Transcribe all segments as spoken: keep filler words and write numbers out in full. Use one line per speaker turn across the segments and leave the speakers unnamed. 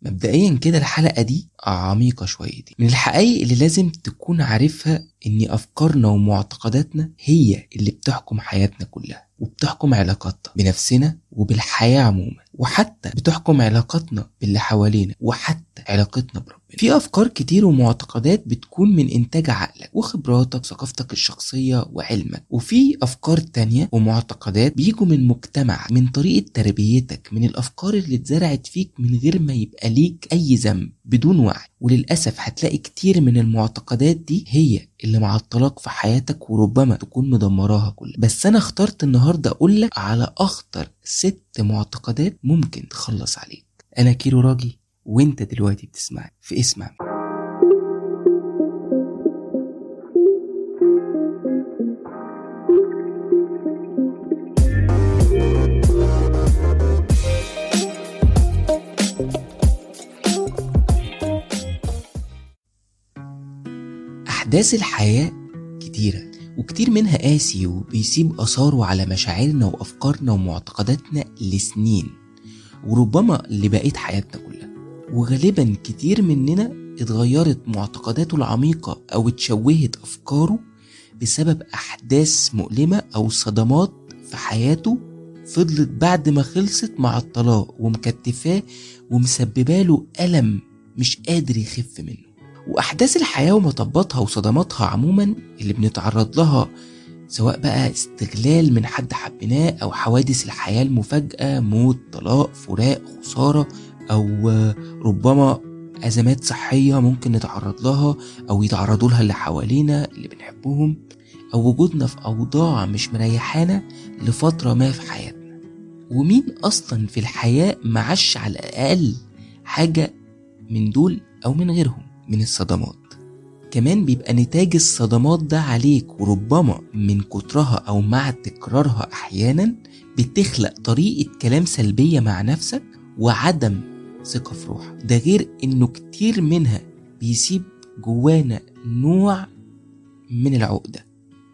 مبدئيا كده الحلقة دي عميقة شويتين. من الحقائق اللي لازم تكون عارفها ان افكارنا ومعتقداتنا هي اللي بتحكم حياتنا كلها، وبتحكم علاقاتنا بنفسنا وبالحياة عموما، وحتى بتحكم علاقاتنا باللي حوالينا، وحتى علاقتنا بربنا. في افكار كتير ومعتقدات بتكون من انتاج عقلك وخبراتك وثقافتك الشخصية وعلمك، وفي افكار تانية ومعتقدات بيجوا من مجتمع، من طريقة تربيتك، من الافكار اللي اتزرعت فيك من غير ما يبقى ليك اي ذنب، بدون وعي. وللأسف هتلاقي كتير من المعتقدات دي هي اللي معطلاك في حياتك، وربما تكون مدمراها كلها. بس انا اخترت النهاردة اقولك على اخطر ست معتقدات ممكن تخلص عليك. انا كيرو راجي، وانت دلوقتي بتسمعني في اسمع. أحداث الحياة كتيرة، وكتير منها قاسي وبيسيب أثاره على مشاعرنا وأفكارنا ومعتقداتنا لسنين، وربما لبقية حياتنا كلها. وغالبا كتير مننا اتغيرت معتقداته العميقة أو اتشوهت أفكاره بسبب أحداث مؤلمة أو صدمات في حياته فضلت بعد ما خلصت مع الطلاق، ومكتفاه ومسبباله ألم مش قادر يخف منه. وأحداث الحياة ومطباتها وصدماتها عموما اللي بنتعرض لها، سواء بقى استغلال من حد حبناه، أو حوادث الحياة المفاجئة، موت، طلاق، فراق، خسارة، أو ربما أزمات صحية ممكن نتعرض لها أو يتعرضوا لها اللي حوالينا اللي بنحبهم، أو وجودنا في أوضاع مش مريحانا لفترة ما في حياتنا. ومين أصلا في الحياة معاش على الأقل حاجة من دول أو من غيرهم من الصدمات؟ كمان بيبقى نتاج الصدمات ده عليك، وربما من كترها أو مع تكرارها أحيانا بتخلق طريقة كلام سلبية مع نفسك وعدم ثقة في روحك. ده غير إنه كتير منها بيسيب جوانا نوع من العقدة.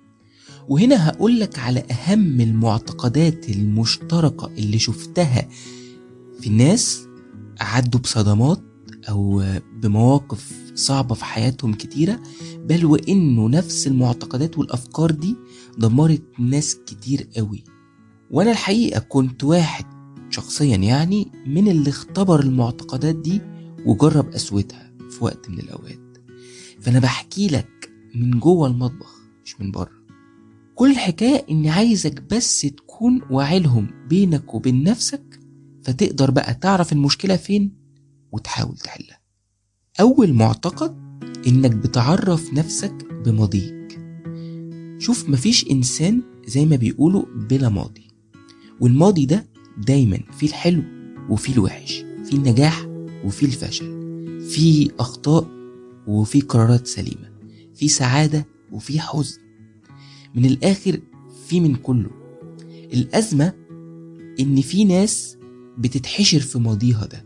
وهنا هقولك على أهم المعتقدات المشتركة اللي شفتها في الناس عدوا بصدمات أو بمواقف صعبة في حياتهم كتيرة، بل وإنه نفس المعتقدات والأفكار دي دمرت ناس كتير قوي. وأنا الحقيقة كنت واحد شخصيا يعني من اللي اختبر المعتقدات دي وجرب قسوتها في وقت من الأوقات. فأنا بحكي لك من جوه المطبخ مش من بره. كل الحكاية إني عايزك بس تكون واعي لهم بينك وبين نفسك، فتقدر بقى تعرف المشكلة فين وتحاول تحلها. أول معتقد إنك بتعرف نفسك بماضيك. شوف، مفيش إنسان زي ما بيقولوا بلا ماضي، والماضي ده دايما فيه الحلو وفيه الوحش، فيه النجاح وفيه الفشل، فيه أخطاء وفيه قرارات سليمة، فيه سعادة وفيه حزن. من الآخر فيه من كله. الأزمة إن فيه ناس بتتحشر في ماضيها ده،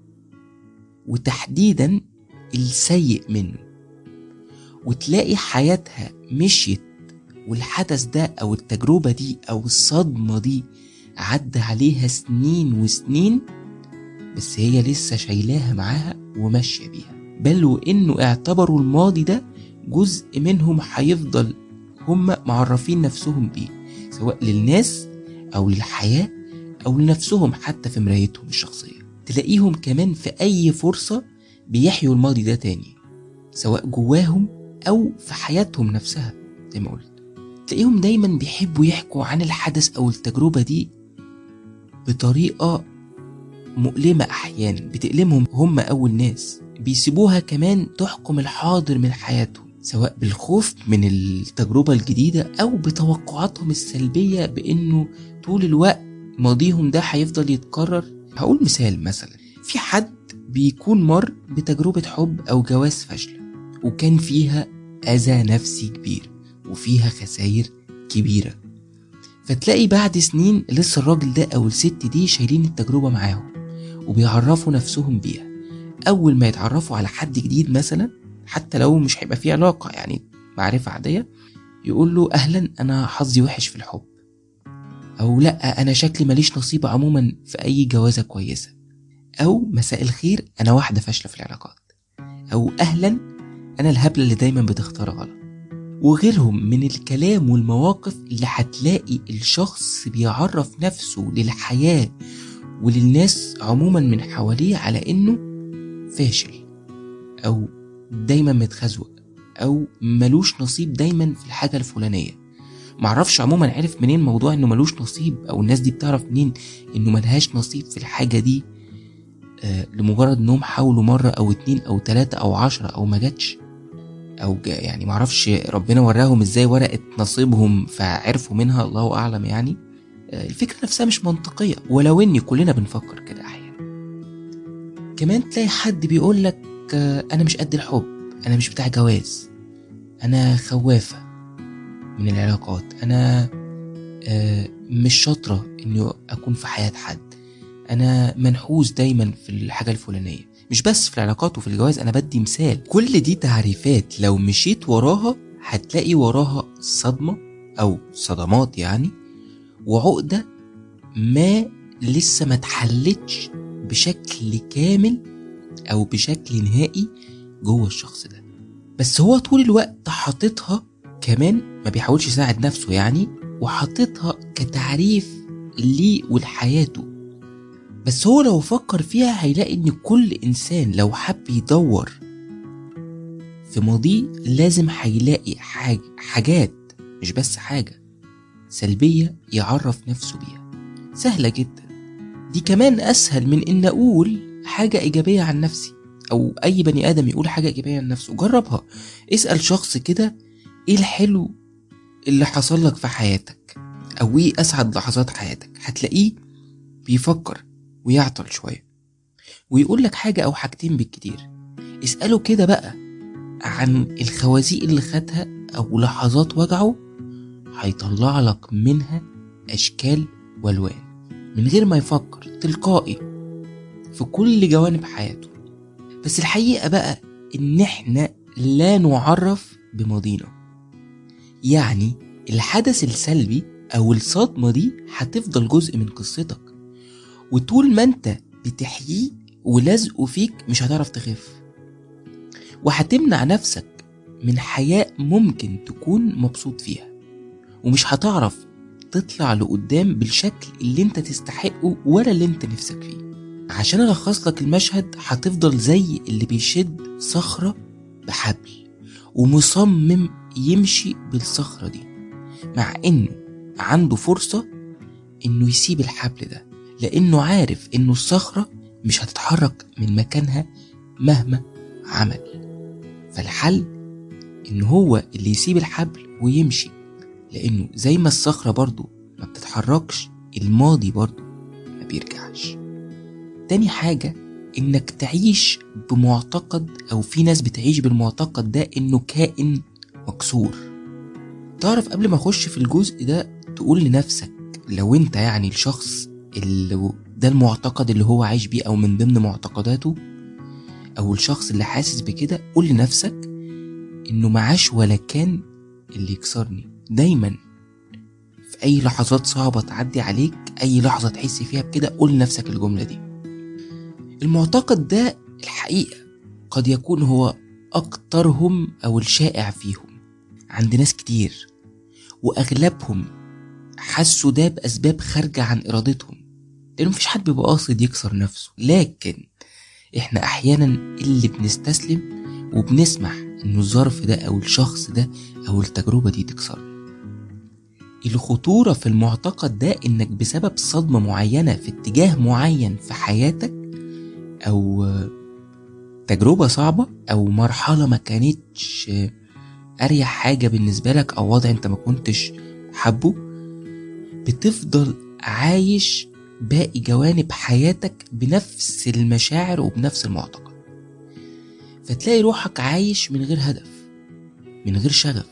وتحديدا السيء منه، وتلاقي حياتها مشيت والحدث ده أو التجربة دي أو الصدمة دي عدى عليها سنين وسنين، بس هي لسه شايلاها معاها وماشية بيها. بل وإنه اعتبروا الماضي ده جزء منهم هيفضل هم معرفين نفسهم بيه، سواء للناس أو للحياة أو لنفسهم حتى في مرايتهم الشخصية. تلاقيهم كمان في أي فرصة بيحيوا الماضي ده تاني، سواء جواهم أو في حياتهم نفسها. زي ما قلت، تلاقيهم دايما بيحبوا يحكوا عن الحدث أو التجربة دي بطريقة مؤلمة، أحيانا بتألمهم هم أول ناس. بيسيبوها كمان تحكم الحاضر من حياتهم، سواء بالخوف من التجربة الجديدة أو بتوقعاتهم السلبية بأنه طول الوقت ماضيهم ده هيفضل يتكرر. هقول مثال، مثلا في حد بيكون مر بتجربة حب أو جواز فاشلة، وكان فيها أذى نفسي كبير وفيها خسائر كبيرة، فتلاقي بعد سنين لسه الراجل ده أو الست دي شايلين التجربة معاهم وبيعرفوا نفسهم بيها. أول ما يتعرفوا على حد جديد مثلا، حتى لو مش هيبقى فيه علاقة يعني معرفة عادية، يقول له أهلا أنا حظي وحش في الحب، أو لأ أنا شكلي ماليش نصيب عموما في أي جوازة كويسة، أو مساء الخير أنا واحدة فاشلة في العلاقات، أو أهلا أنا الهبلة اللي دايما بتختار غلط، وغيرهم من الكلام والمواقف اللي هتلاقي الشخص بيعرف نفسه للحياة وللناس عموما من حواليه على إنه فاشل، أو دايما متخزوق، أو ملوش نصيب دايما في الحاجة الفلانية. معرفش عموما عرف منين موضوع إنه ملوش نصيب، أو الناس دي بتعرف منين إنه ملهاش نصيب في الحاجة دي آه لمجرد إنهم حاولوا مرة أو اتنين أو تلاتة أو عشرة أو ما جاتش، او يعني معرفش ربنا وراهم ازاي ورقة نصيبهم فعرفوا منها، الله اعلم. يعني الفكرة نفسها مش منطقية، ولو اني كلنا بنفكر كده احيانا. كمان تلاقي حد بيقولك انا مش قد الحب، انا مش بتاع جواز، انا خوافة من العلاقات، انا مش شاطرة اني اكون في حياة حد، انا منحوس دايما في الحاجة الفلانية. مش بس في العلاقات وفي الجواز، انا بدي مثال. كل دي تعريفات لو مشيت وراها هتلاقي وراها صدمة او صدمات يعني، وعقدة ما لسه ما اتحلتش بشكل كامل او بشكل نهائي جوه الشخص ده، بس هو طول الوقت حاططها كمان، ما بيحاولش يساعد نفسه يعني، وحاططها كتعريف ليه ولحياته. بس هو لو فكر فيها هيلاقي ان كل انسان لو حب يدور في ماضيه لازم هيلاقي حاج حاجات، مش بس حاجة سلبية يعرف نفسه بيها. سهلة جدا دي، كمان اسهل من ان اقول حاجة ايجابية عن نفسي، او اي بني ادم يقول حاجة ايجابية عن نفسه. جربها، اسأل شخص كده ايه الحلو اللي حصل لك في حياتك، او ايه اسعد لحظات حياتك، هتلاقيه بيفكر ويعطل شوية ويقول لك حاجة أو حاجتين بالكتير. اسأله كده بقى عن الخوازيق اللي خدها أو لحظات وجعه، هيطلع لك منها أشكال والوان من غير ما يفكر، تلقائي في كل جوانب حياته. بس الحقيقة بقى إن إحنا لا نعرف بماضينا، يعني الحدث السلبي أو الصدمة دي هتفضل جزء من قصتك، وطول ما انت بتحييه ولازقه فيك مش هتعرف تخف، وهتمنع نفسك من حياة ممكن تكون مبسوط فيها، ومش هتعرف تطلع لقدام بالشكل اللي انت تستحقه ولا اللي انت نفسك فيه. عشان ألخص لك المشهد، هتفضل زي اللي بيشد صخرة بحبل ومصمم يمشي بالصخرة دي، مع انه عنده فرصة انه يسيب الحبل ده، لانه عارف انه الصخرة مش هتتحرك من مكانها مهما عمل. فالحل انه هو اللي يسيب الحبل ويمشي، لانه زي ما الصخرة برضو ما بتتحركش، الماضي برضو ما بيرجعش. تاني حاجة، انك تعيش بمعتقد، او في ناس بتعيش بالمعتقد ده انه كائن مكسور. تعرف قبل ما اخش في الجزء ده تقول لنفسك، لو انت يعني الشخص اللي ده المعتقد اللي هو عايش بيه او من ضمن معتقداته، او الشخص اللي حاسس بكده، قول لنفسك انه معاش ولا كان اللي يكسرني. دايما في اي لحظات صعبة تعدي عليك، اي لحظة تحس فيها بكده، قول لنفسك الجملة دي. المعتقد ده الحقيقة قد يكون هو اكترهم او الشائع فيهم عند ناس كتير، واغلبهم حسوا ده باسباب خارجة عن ارادتهم، لانه مفيش حد بيبقى قاصد يكسر نفسه، لكن احنا احيانا اللي بنستسلم وبنسمح انه الظرف ده او الشخص ده او التجربة دي تكسرنا. الخطورة في المعتقد ده انك بسبب صدمة معينة في اتجاه معين في حياتك، او تجربة صعبة، او مرحلة ما كانتش اريح حاجة بالنسبة لك، او وضع انت ما كنتش حبه، بتفضل عايش باقي جوانب حياتك بنفس المشاعر وبنفس المعتقد. فتلاقي روحك عايش من غير هدف، من غير شغف،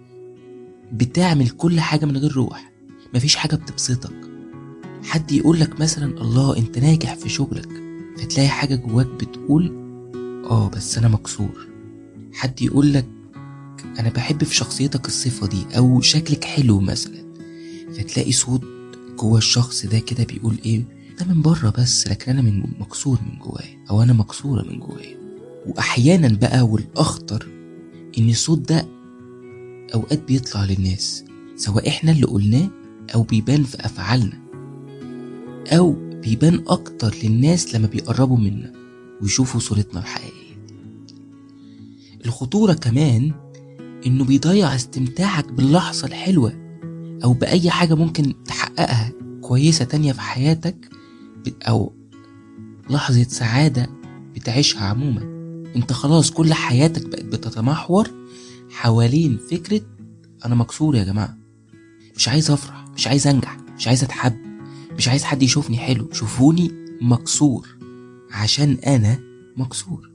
بتعمل كل حاجة من غير روح، مفيش حاجة بتبسطك. حد يقولك مثلا الله انت ناجح في شغلك، فتلاقي حاجة جواك بتقول اه بس انا مكسور. حد يقولك انا بحب في شخصيتك الصفة دي، او شكلك حلو مثلا، فتلاقي صوت جوا الشخص ده كده بيقول ايه، ده من بره بس، لكن انا من مكسور من جوايا، او انا مكسورة من جوايا. واحيانا بقى والاخطر ان الصوت ده اوقات بيطلع للناس، سواء احنا اللي قلناه او بيبان في افعالنا، او بيبان اكتر للناس لما بيقربوا منا ويشوفوا صورتنا الحقيقية. الخطورة كمان انه بيضيع استمتاعك باللحظة الحلوة او باي حاجة ممكن تحققها كويسة تانية في حياتك، او لحظة سعادة بتعيشها عموما. انت خلاص كل حياتك بقت بتتمحور حوالين فكرة انا مكسور يا جماعة، مش عايز افرح، مش عايز انجح، مش عايز اتحب، مش عايز حد يشوفني حلو، شوفوني مكسور عشان انا مكسور.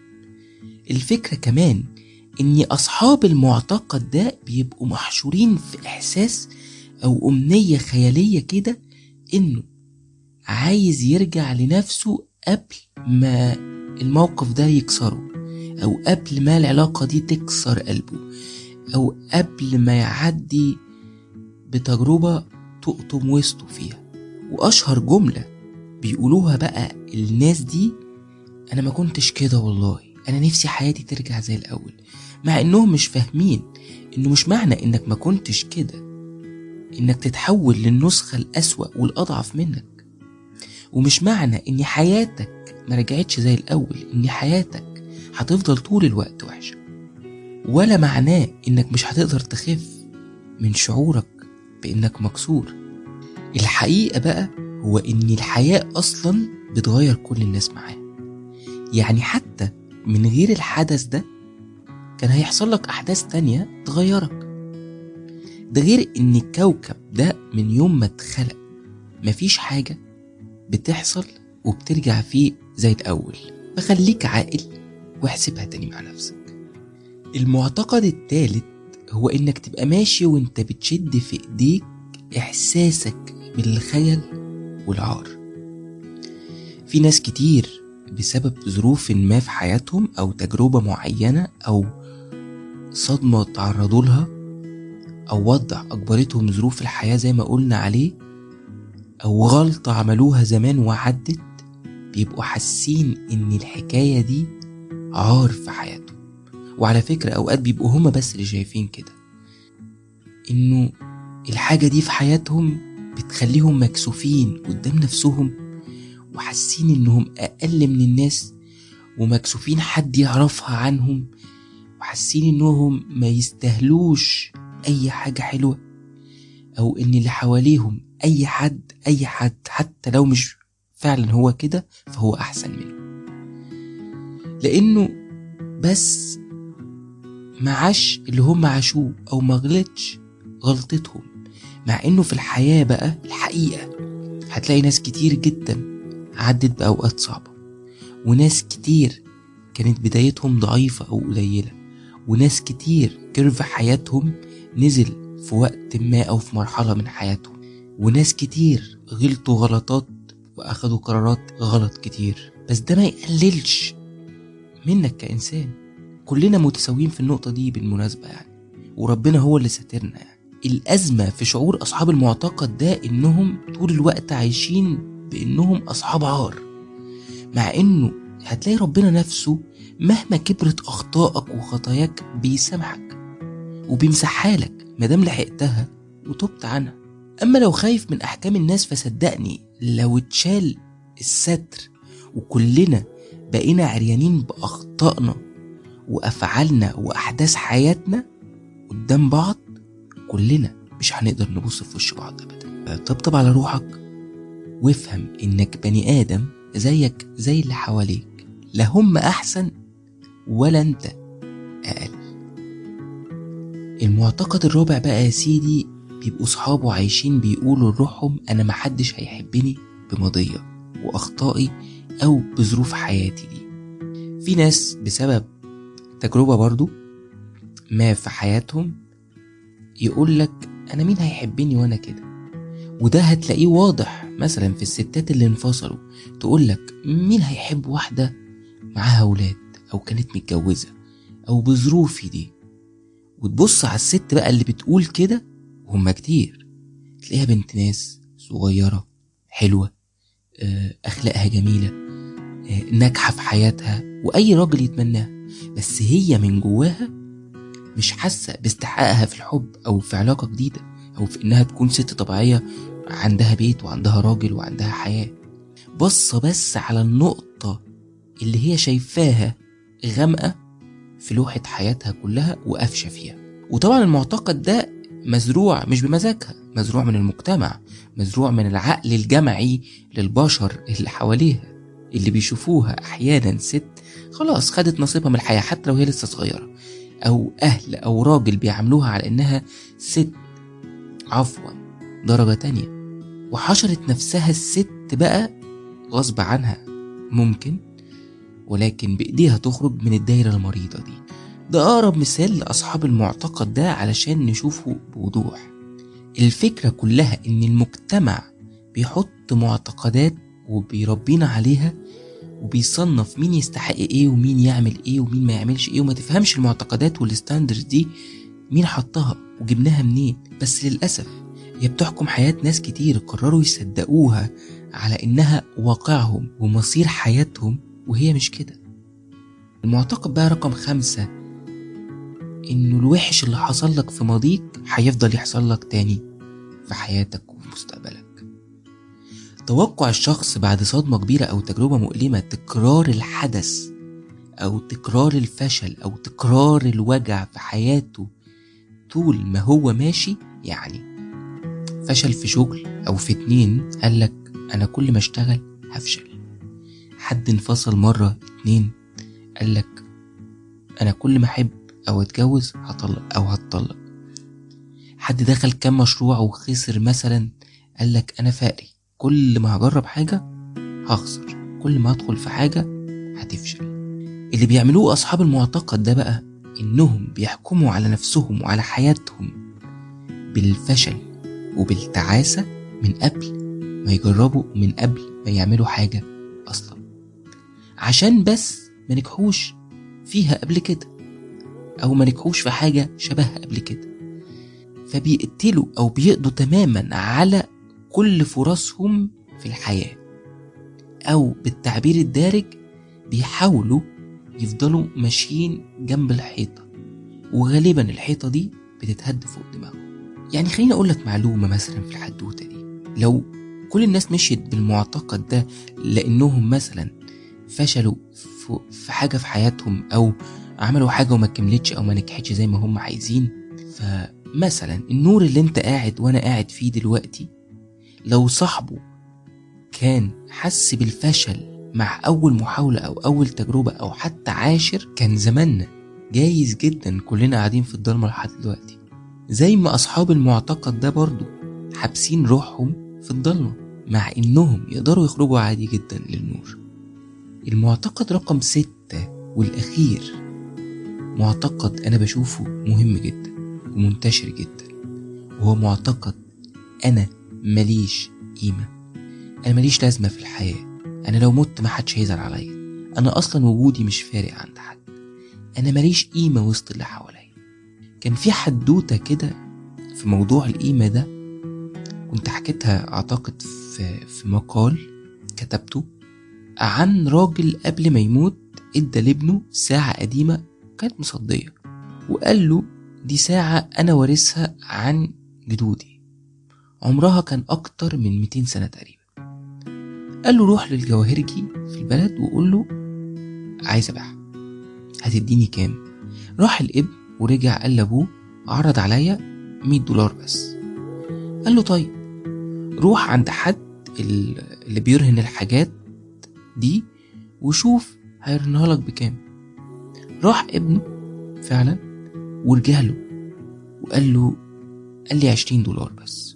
الفكرة كمان ان اصحاب المعتقد ده بيبقوا محشورين في احساس او امنية خيالية كده، انه عايز يرجع لنفسه قبل ما الموقف ده يكسره، او قبل ما العلاقة دي تكسر قلبه، او قبل ما يعدي بتجربة تقطم وسطه فيها. واشهر جملة بيقولوها بقى الناس دي: انا ما كنتش كده والله، انا نفسي حياتي ترجع زي الاول. مع انهم مش فاهمين انه مش معنى انك ما كنتش كده انك تتحول للنسخة الاسوأ والاضعف منك، ومش معنى ان حياتك ما رجعتش زي الاول ان حياتك هتفضل طول الوقت وحشة، ولا معناه انك مش هتقدر تخف من شعورك بانك مكسور. الحقيقة بقى هو ان الحياة اصلا بتغير كل الناس معاه. يعني حتى من غير الحدث ده كان هيحصل لك احداث تانية تغيرك. ده غير ان الكوكب ده من يوم ما اتخلق مفيش حاجة بتحصل وبترجع فيه زي الاول. فخليك عاقل واحسبها تاني مع نفسك. المعتقد الثالث هو انك تبقى ماشي وانت بتشد في ايديك احساسك بالخجل والعار. في ناس كتير بسبب ظروف ما في حياتهم او تجربة معينة او صدمة تعرضوا لها او وضع اجبرتهم ظروف الحياة زي ما قلنا عليه، او غلطة عملوها زمان وعدت، بيبقوا حاسين ان الحكاية دي عار في حياتهم. وعلى فكرة اوقات بيبقوا هما بس اللي شايفين كده، انه الحاجة دي في حياتهم بتخليهم مكسوفين قدام نفسهم وحاسين انهم اقل من الناس ومكسوفين حد يعرفها عنهم، وحاسين انهم ما يستاهلوش اي حاجة حلوة، او ان اللي حواليهم اي حد اي حد حتى لو مش فعلا هو كده فهو احسن منه، لانه بس معاش اللي هم عاشوه او ما غلطش غلطتهم. مع انه في الحياة بقى الحقيقة هتلاقي ناس كتير جدا عدت بأوقات صعبة، وناس كتير كانت بدايتهم ضعيفة او قليلة، وناس كتير كيرف حياتهم نزل في وقت ما او في مرحلة من حياتهم، وناس كتير غلطوا غلطات واخدوا قرارات غلط كتير. بس ده ما يقللش منك كإنسان، كلنا متساويين في النقطة دي بالمناسبة يعني، وربنا هو اللي ساترنا يعني. الأزمة في شعور أصحاب المعتقد ده إنهم طول الوقت عايشين بإنهم أصحاب عار، مع إنه هتلاقي ربنا نفسه مهما كبرت أخطائك وخطاياك بيسامحك وبيمسحها لك مادام لحقتها وتبت عنها. أما لو خايف من أحكام الناس فصدقني لو اتشال الستر وكلنا بقينا عريانين بأخطائنا وأفعالنا وأحداث حياتنا قدام بعض، كلنا مش هنقدر نبص في وش بعض أبدا. طبطب على روحك وافهم إنك بني آدم زيك زي اللي حواليك، لا هم أحسن ولا أنت أقل. المعتقد الرابع بقى يا سيدي بيبقوا صحابه عايشين بيقولوا لروحهم أنا محدش هيحبني بماضية وأخطائي أو بظروف حياتي دي. في ناس بسبب تجربة برضو ما في حياتهم يقولك أنا مين هيحبني وأنا كده، وده هتلاقيه واضح مثلا في الستات اللي انفصلوا، تقولك مين هيحب واحدة معاها أولاد أو كانت متجوزة أو بظروفي دي، وتبص على الست بقى اللي بتقول كده وهم كتير، تلاقيها بنت ناس صغيرة حلوة أخلاقها جميلة، ناجحة في حياتها، وأي راجل يتمناها، بس هي من جواها مش حاسة باستحقاقها في الحب أو في علاقة جديدة أو في إنها تكون ست طبيعية عندها بيت وعندها راجل وعندها حياة. بصة بس على النقطة اللي هي شايفاها غامقة في لوحة حياتها كلها وقافشة فيها. وطبعا المعتقد ده مزروع مش بمزاجها، مزروع من المجتمع، مزروع من العقل الجمعي للبشر اللي حواليها، اللي بيشوفوها أحيانا ست خلاص خدت نصيبها من الحياة حتى لو هي لسه صغيرة، أو أهل أو راجل بيعاملوها على إنها ست عفوا درجة تانية، وحشرت نفسها الست بقى غصب عنها ممكن، ولكن بإيديها تخرج من الدايرة المريضة دي. ده أقرب مثال لأصحاب المعتقد ده علشان نشوفه بوضوح. الفكرة كلها إن المجتمع بيحط معتقدات وبيربينا عليها، وبيصنف مين يستحق ايه ومين يعمل ايه ومين ما يعملش ايه، وما تفهمش المعتقدات والستاندرز دي مين حطها وجبناها منين. بس للأسف هي بتحكم حياة ناس كتير قرروا يصدقوها على إنها واقعهم ومصير حياتهم، وهي مش كده. المعتقد بقى رقم خمسة، إنه الوحش اللي حصل لك في ماضيك هيفضل يحصل لك تاني في حياتك وفي مستقبلك. توقع الشخص بعد صدمة كبيرة أو تجربة مؤلمة تكرار الحدث أو تكرار الفشل أو تكرار الوجع في حياته طول ما هو ماشي. يعني فشل في شغل أو في اتنين، قالك أنا كل ما اشتغل هفشل. حد انفصل مرة اتنين، قالك أنا كل ما أحب أو أتجوز هطلق أو هتطلق. حد دخل كام مشروع وخسر مثلا، قالك أنا فقري، كل ما هجرب حاجة هخسر، كل ما أدخل في حاجة هتفشل. اللي بيعملوه أصحاب المعتقد ده بقى إنهم بيحكموا على نفسهم وعلى حياتهم بالفشل وبالتعاسة من قبل ما يجربوا، من قبل ما يعملوا حاجة أصلا، عشان بس ما نجحوش فيها قبل كده أو ما نجحوش في حاجة شبهها قبل كده. فبيقتلوا أو بيقضوا تماما على كل فرصهم في الحياة، أو بالتعبير الدارج بيحاولوا يفضلوا ماشيين جنب الحيطة، وغالبا الحيطة دي بتتهد فوق دماغهم. يعني خليني أقولك معلومة مثلا في الحدوتة دي، لو كل الناس مشيت بالمعتقد ده لأنهم مثلا فشلوا في حاجة في حياتهم أو عملوا حاجة وما كملتش أو ما نجحتش زي ما هم عايزين، فمثلا النور اللي انت قاعد وانا قاعد فيه دلوقتي لو صاحبه كان حس بالفشل مع أول محاولة أو أول تجربة أو حتى عاشر، كان زماننا جايز جدا كلنا قاعدين في الضلمة لحد دلوقتي. زي ما أصحاب المعتقد ده برضو حابسين روحهم في الضلمة مع إنهم يقدروا يخرجوا عادي جدا للنور. المعتقد رقم ستة والأخير، معتقد أنا بشوفه مهم جدا ومنتشر جدا، وهو معتقد أنا ماليش قيمة، أنا ماليش لازمة في الحياة، أنا لو مت ما حدش هيزعل عليا، أنا أصلا وجودي مش فارق عند حد، أنا ماليش قيمة وسط اللي حواليا. كان في حدوتة كده في موضوع القيمة ده كنت حكيتها أعتقد في, في مقال كتبته عن راجل قبل ما يموت ادى لابنه ساعة قديمة كانت مصدية، وقال له دي ساعة أنا وارثها عن جدودي، عمرها كان أكتر من مئتين سنة تقريبا. قال له روح للجواهرجي في البلد وقول له عايز أبيعها، هتديني كام؟ راح الابن ورجع قال لأبوه عرض عليا مية دولار بس. قال له طيب روح عند حد اللي بيرهن الحاجات دي وشوف هيرهنها لك بكام. راح ابنه فعلا ورجع له وقال له قال لي عشرين دولار بس،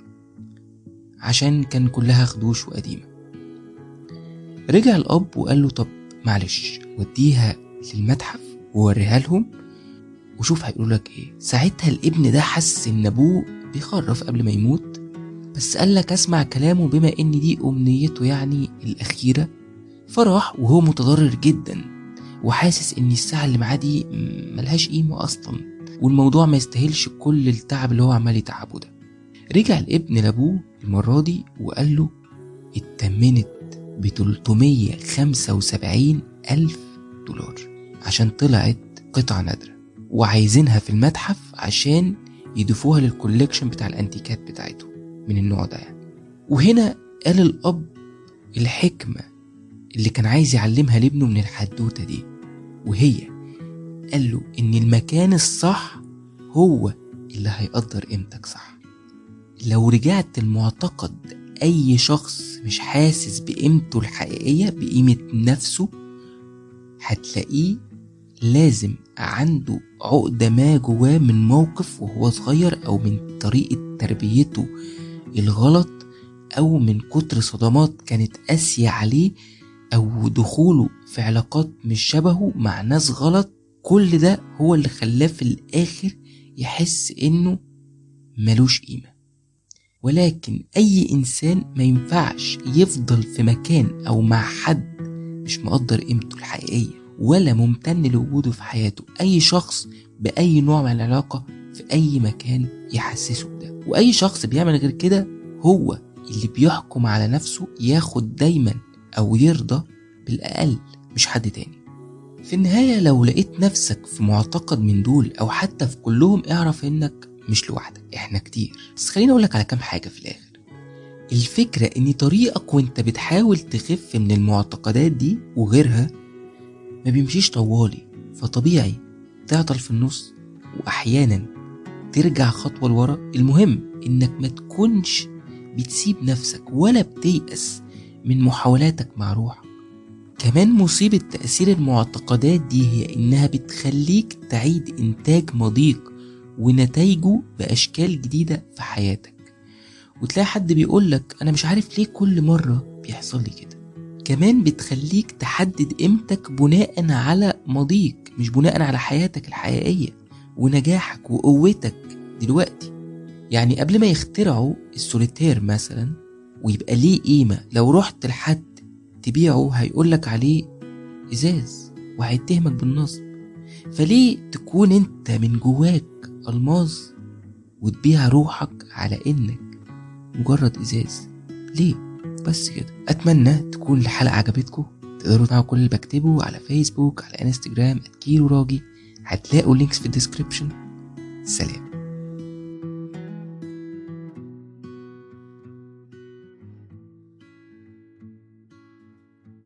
عشان كان كلها خدوش وقديمة. رجع الأب وقال له طب معلش وديها للمتحف ووريها لهم وشوف هيقولوا لك ايه. ساعتها الابن ده حس ان ابوه بيخرف قبل ما يموت، بس قال لك اسمع كلامه بما ان دي امنيته يعني الاخيرة، فراح وهو متضرر جدا وحاسس ان الساعة اللي معاه دي ملهاش قيمة اصلا والموضوع ما يستاهلش كل التعب اللي هو عمال يتعبه ده. رجع الابن لابوه المرة دي وقال له اتمنت ب ثلاثمية وخمسة وسبعين ألف دولار عشان طلعت قطعة نادرة، وعايزينها في المتحف عشان يضيفوها للكوليكشن بتاع الانتيكات بتاعته من النوع ده يعني. وهنا قال الأب الحكمة اللي كان عايز يعلمها لابنه من الحدوتة دي، وهي قال له إن المكان الصح هو اللي هيقدر قيمتك صح. لو رجعت المعتقد أي شخص مش حاسس بقيمته الحقيقية بقيمة نفسه، هتلاقيه لازم عنده عقدة ما جواه من موقف وهو صغير، أو من طريقة تربيته الغلط، أو من كتر صدمات كانت قاسية عليه، أو دخوله في علاقات مش شبهه مع ناس غلط. كل ده هو اللي خلاه في الآخر يحس إنه ملوش قيمة. ولكن أي إنسان ما ينفعش يفضل في مكان أو مع حد مش مقدر قيمته الحقيقية ولا ممتن لوجوده في حياته. أي شخص بأي نوع من العلاقة في أي مكان يحسسه ده، وأي شخص بيعمل غير كده هو اللي بيحكم على نفسه ياخد دايما أو يرضى بالأقل، مش حد تاني. في النهاية لو لقيت نفسك في معتقد من دول أو حتى في كلهم، اعرف إنك مش لوحدك، إحنا كتير. بس خليني أقولك على كام حاجة في الآخر. الفكرة إن طريقك وإنت بتحاول تخف من المعتقدات دي وغيرها ما بيمشيش طوالي، فطبيعي تعطل في النص وأحيانا ترجع خطوة لورا. المهم إنك ما تكونش بتسيب نفسك ولا بتيأس من محاولاتك مع روحك. كمان مصيبة تأثير المعتقدات دي هي إنها بتخليك تعيد إنتاج ماضيك ونتائجه بأشكال جديدة في حياتك، وتلاقي حد بيقولك أنا مش عارف ليه كل مرة بيحصل لي كده. كمان بتخليك تحدد قيمتك بناء على ماضيك مش بناء على حياتك الحقيقية ونجاحك وقوتك دلوقتي. يعني قبل ما يخترعوا السوليتير مثلا ويبقى ليه قيمة، لو رحت لحد تبيعه هيقولك عليه إزاز وهيتهمك بالنصب. فليه تكون انت من جواك ألماظ وتبيع روحك على انك مجرد إزاز؟ ليه؟ بس كده. أتمنى تكون الحلقة عجبتكم. تقدروا تسمعوا كل اللي بكتبه على فيسبوك، على انستجرام @كيرو راجي. هتلاقوا لينكس في الديسكريبشن. سلام.